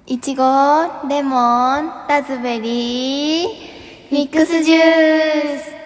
いちご、レモン、ラズベリー、ミックスジュース。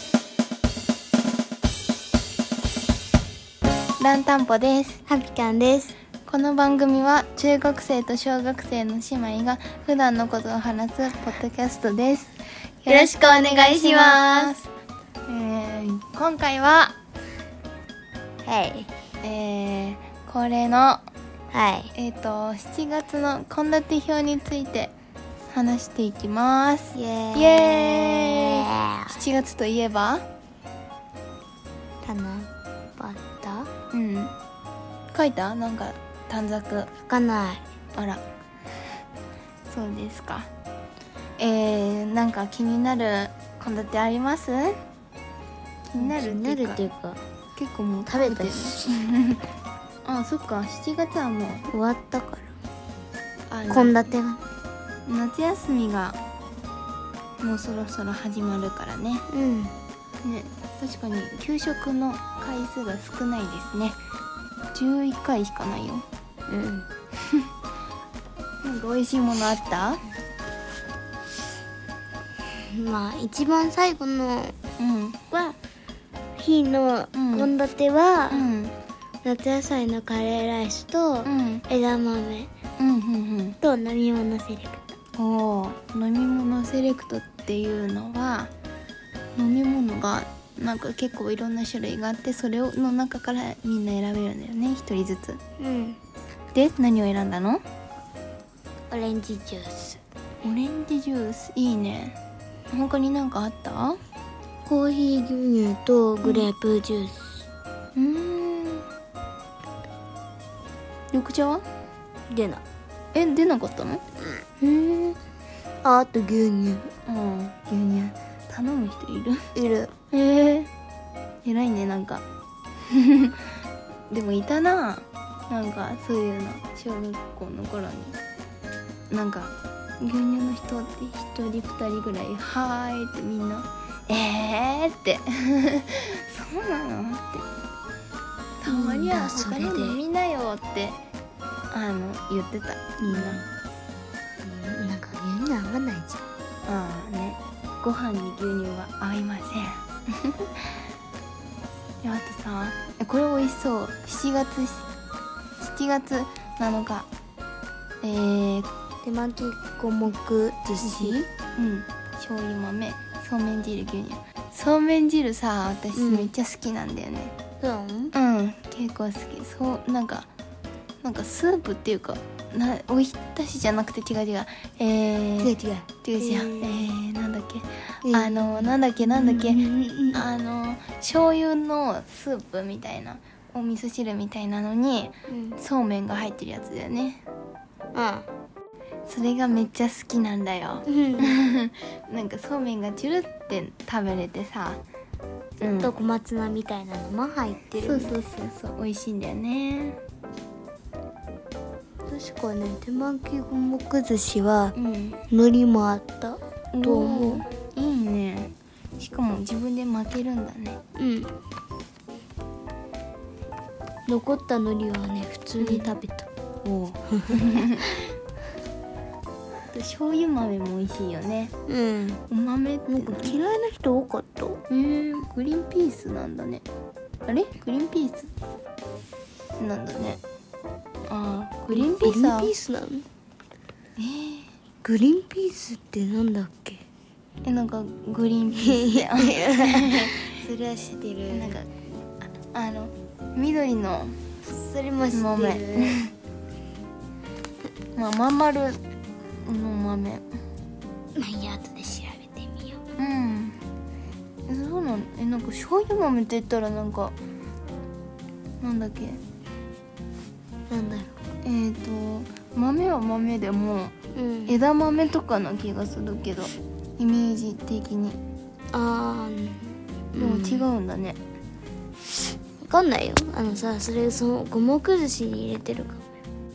ランタンポです。 ハピキャンです。 この番組は中学生と小学生の姉妹が普段のことを話すポッドキャストです。 よろしくお願いします。 今回はこれの7月の献立表について話していきます。イエーイ。7月といえば七夕。 書いた？なんか短冊書かない。 あら、そうですか。なんか気になる献立あります？気になるっていうか結構もう食べてるあ、そっか、7月はもう終わったから献立が夏休みがもうそろそろ始まるからね。ね、確かに給食の回数が少ないですね。11回しかないよ。なんか美味しいものあった？ まあ一番最後の日の献立は、夏野菜のカレーライスと、枝豆、と飲み物セレクト。 飲み物セレクトっていうのは飲み物がなんか結構いろんな種類があって、それの中からみんな選べるんだよね、一人ずつ。で、何を選んだの？ オレンジジュース。 オレンジジュースいいね。他に何かあった？ コーヒー牛乳とグレープジュース。 緑茶は？ 出ない。 出なかったの？ あと牛乳。 牛乳頼む人いる？偉いね。なんかでもいたな、なんかそういうの、小学校の頃になんか牛乳の人って1人2人ぐらいはーいってみんなってそうなのって、たまには他に飲みなよって言ってた、みんな。 なんか牛乳合わないじゃん。ね、ご飯に牛乳は合いませんで、あとさ、これ美味しそう。7月7日手巻き五目寿司、 醤油豆、そうめん汁、牛乳。そうめん汁さ、私めっちゃ好きなんだよね。結構好き。そうなんかスープっていうかおひたしじゃなくて違う。なんだっけ醤油のスープみたいな、お味噌汁みたいなのに、そうめんが入ってるやつだよね。それがめっちゃ好きなんだよ。なんかそうめんがチュルって食べれてさ、 と小松菜みたいなのも入ってる。 そう美味しいんだよね。 確かね、手巻き五目寿司は海苔もあったと思う。 いいね。しかも自分で巻けるんだね。 残った海苔はね、普通に食べた。 醤油豆も美味しいよね。お豆ってなんか嫌いな人多かった。 グリーンピースなんだね。あれ、グリーンピースなんだね。グリーンピースなの？グリーンピースってなんだっけ？ なんかグリーンピースだよそれは知ってる。 なんか緑の、 それも知ってる。 まん丸の豆。 後で調べてみよう。そうなの？なんか醤油豆って言ったらなんだっけ？ なんだろう。豆は豆でも、枝豆とかな気がするけど、イメージ的に。でも違うんだね。 わかんないよ。それ五目寿司に入れてるかも。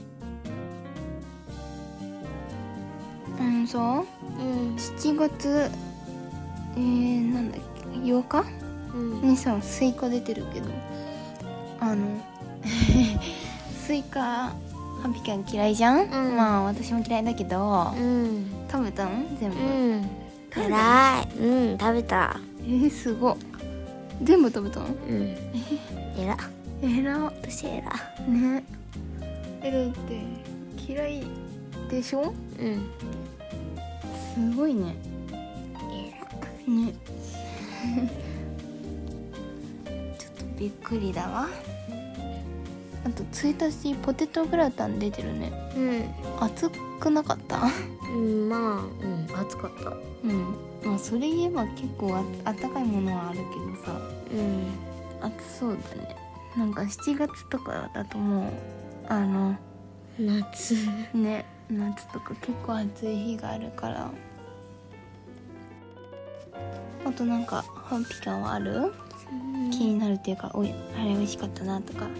そう7月なんだっけ、8日、にさ、スイカ出てるけどスイカハッピーキャン嫌いじゃん、まあ私も嫌いだけど、食べたの全部。 辛い。食べた。 すごい。全部食べたの？ えら。私えら。 ね。だって嫌いでしょ？すごいね。ね。ちょっとびっくりだわ。あと1日ポテトグラタン出てるね。熱くなかった？ まあ、暑かった。 まあそれ言えば結構あったかいものはあるけどさ、暑そうだね。なんか7月とかだともう夏ね、夏とか結構暑い日があるから。あとなんかハッピーキャンはある？気になるっていうか、あれ美味しかったなとか。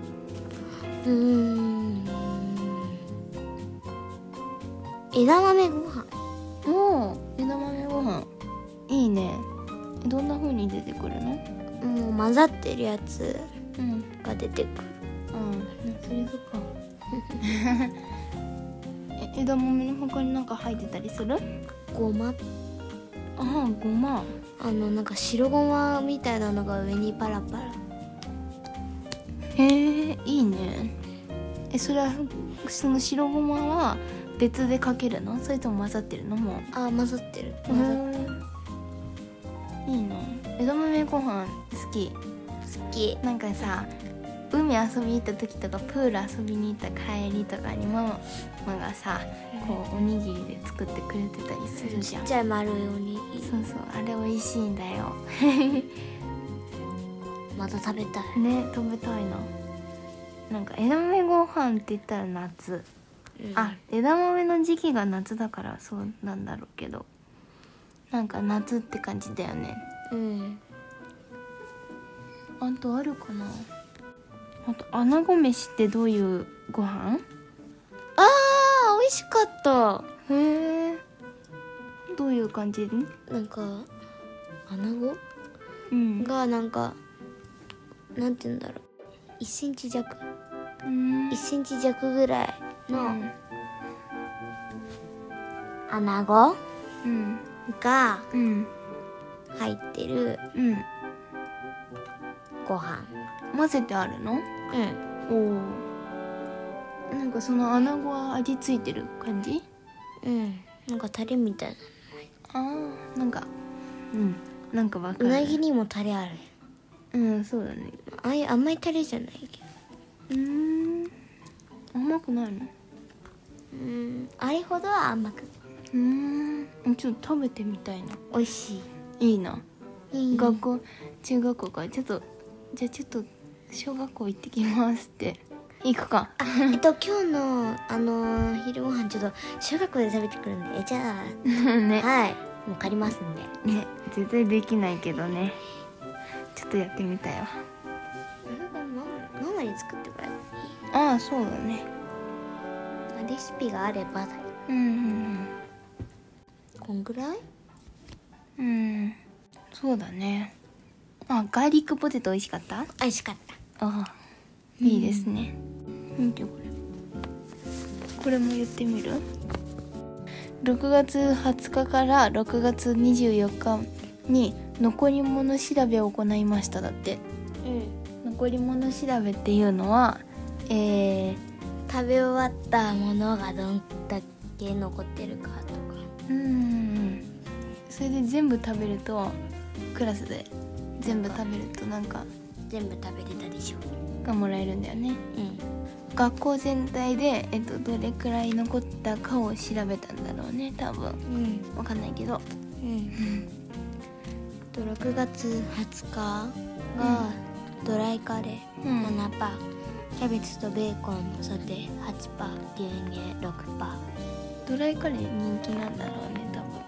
枝豆ご飯。 枝豆ご飯いいね。どんな風に出てくるの？ もう混ざってるやつが出てくる。 それとか枝豆の他になんか入ってたりする？ ごま。 ごま。 なんか白ごまみたいなのが上にパラパラ。 へえ、いいね。それはその白ごまは別でかけるの？それとも混ざってるの？もう混ざってる。 いいな。枝豆ご飯好き。なんかさ、海遊びに行った時とかプール遊びに行った帰りとかにママがさ、こうおにぎりで作ってくれてたりするじゃん。 ちっちゃい丸いおにぎり。 そうそう、あれ美味しいんだよ。 また食べたいね。食べたいな。なんか枝豆ご飯って言ったら夏、枝豆の時期が夏だからそうなんだろうけど、なんか夏って感じだよね。あとあるかな。あと穴子飯ってどういうご飯？ 美味しかった。 へえ。どういう感じ？ なんか穴子がなんかなんて言うんだろう、1センチ弱1センチ弱ぐらいの穴子が入ってるご飯。 混ぜてあるの？なんかその穴子は味ついてる感じ？ なんかタレみたいな。 なんかなんかわかる。 うなぎにもタレある。 そうだね。 甘いタレじゃないけど。 甘くないの？ あれほどは甘く。 ちょっと食べてみたいな。 美味しい。いいな。中学校からちょっと小学校行ってきますって行くか。 今日の昼ご飯ちょっと小学校で食べてくるんで、じゃあね、 もう借りますんで。 ね、絶対できないけどね。ちょっとやってみたいわ。 ママに作ってもらう。そうだね。 レシピがあればだよ。こんぐらい？ そうだね。ガーリックポテト美味しかった？ 美味しかった。 いいですね。見てこれも言ってみる？6月20日から6月24日に残り物調べを行いましただって。残り物調べっていうのは、 食べ終わったものがどんだけ残ってるかとか。 それで全部食べると、クラスで全部食べるとなんか全部食べれたでしょがもらえるんだよね。学校全体で、どれくらい残ったかを調べたんだろうね、多分。わかんないけど。 6月20日がドライカレー 7%、キャベツとベーコンのソテー 8%、牛乳 6%。 ドライカレー人気なんだろうね、多分。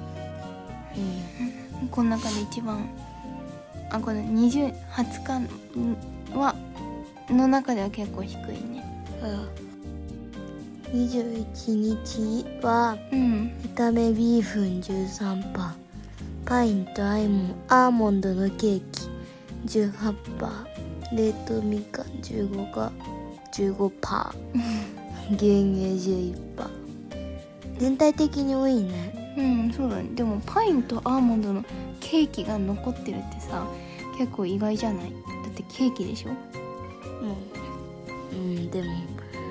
この中で一番この20日はの中では結構低いね。 21日は炒めビーフン 13%、パインとアーモンドのケーキ 18%、冷凍みかん15%。 牛乳 11%。 全体的に多いね。 うんそうだね。でもパインとアーモンドのケーキが残ってるってさ結構意外じゃない？だってケーキでしょ。 でも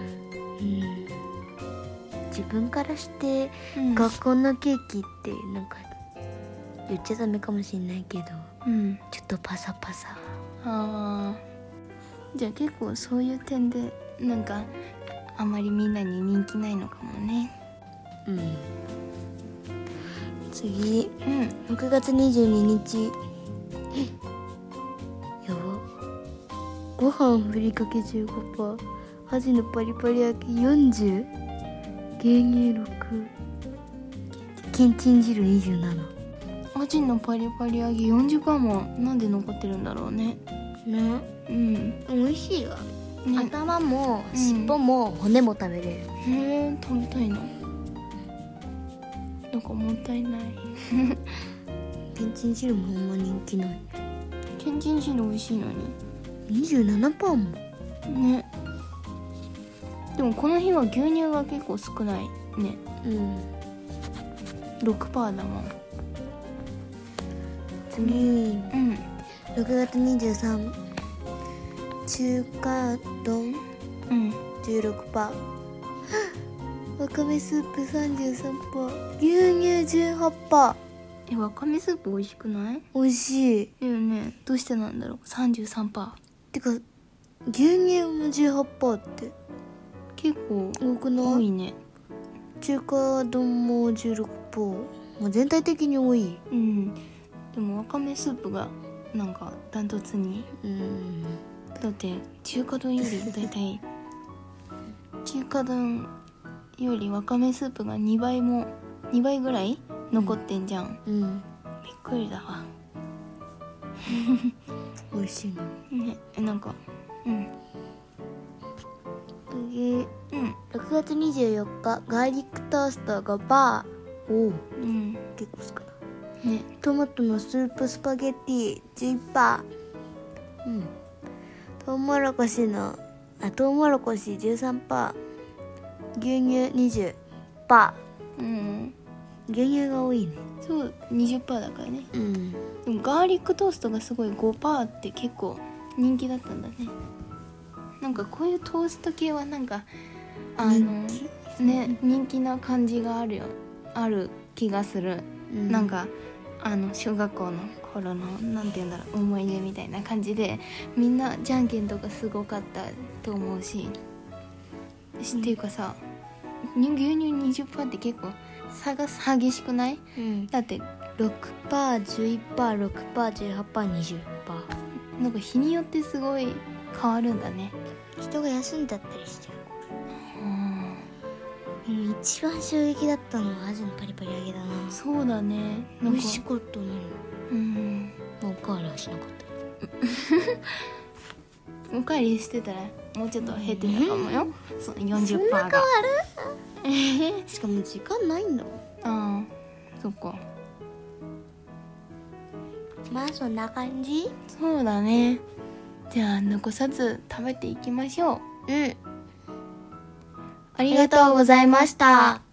自分からして、学校のケーキってなんか言っちゃダメかもしれないけど、ちょっとパサパサ。 じゃあ結構そういう点でなんかあまりみんなに人気ないのかもね。 次、6月22日。やば。ご飯ふりかけ 15%、 アジのパリパリ焼き 40%、 牛乳6%、けんちん汁 27%。 アジのパリパリ揚げ 40% もなんで残ってるんだろうね。 美味しいわ、頭も尻尾も骨も食べれる。 へえ、食べたいな。なんかもったいない。 けんちん汁もほんま人気ない。 けんちん汁美味しいのに 27% もね。でもこの日は牛乳が結構少ないね。6% だもん。 次、6月23、中華丼 16%、わかめスープ 33%、 牛乳 18%。 わかめスープ美味しくない？ 美味しいだよね。どうしてなんだろう。 33% てか牛乳も 18% って結構多くない？ 多いね。 中華丼も 16%、全体的に多い。 でもわかめスープがなんかダントツに、だって中華丼よりだいたい中華丼よりわかめスープが2倍ぐらい残ってんじゃん。びっくりだわ。 美味しいね。なんか次、6月24日、ガーリックトースト 5%。 結構少ないね。トマトのスープスパゲッティ 11%。 トウモロコシ 13%、 牛乳 20%。 牛乳が多いね。 そう 20% だからね。でもガーリックトーストがすごい 5% って結構人気だったんだね。なんかこういうトースト系はなんか人気な感じがある気がする。なんか小学校の頃のなんて言うんだろう、思い出みたいな感じでみんなじゃんけんとかすごかったと思うし、っていうかさ、牛乳 20% って結構差が激しくない？だって 6%、11%、6%、18%、20%。 なんか日によってすごい変わるんだね。 人が休んだったりしてる。一番衝撃だったのはアジのパリパリ揚げだな。 そうだね。 美味しかったね。おかわりはしなかった。 おかわりしてたらもうちょっと減ってたかもよ。その 40% が。 しかも時間ないんだもん。 そっか。 まあそんな感じ？ そうだね。じゃあ残さず食べていきましょう。 ありがとうございました。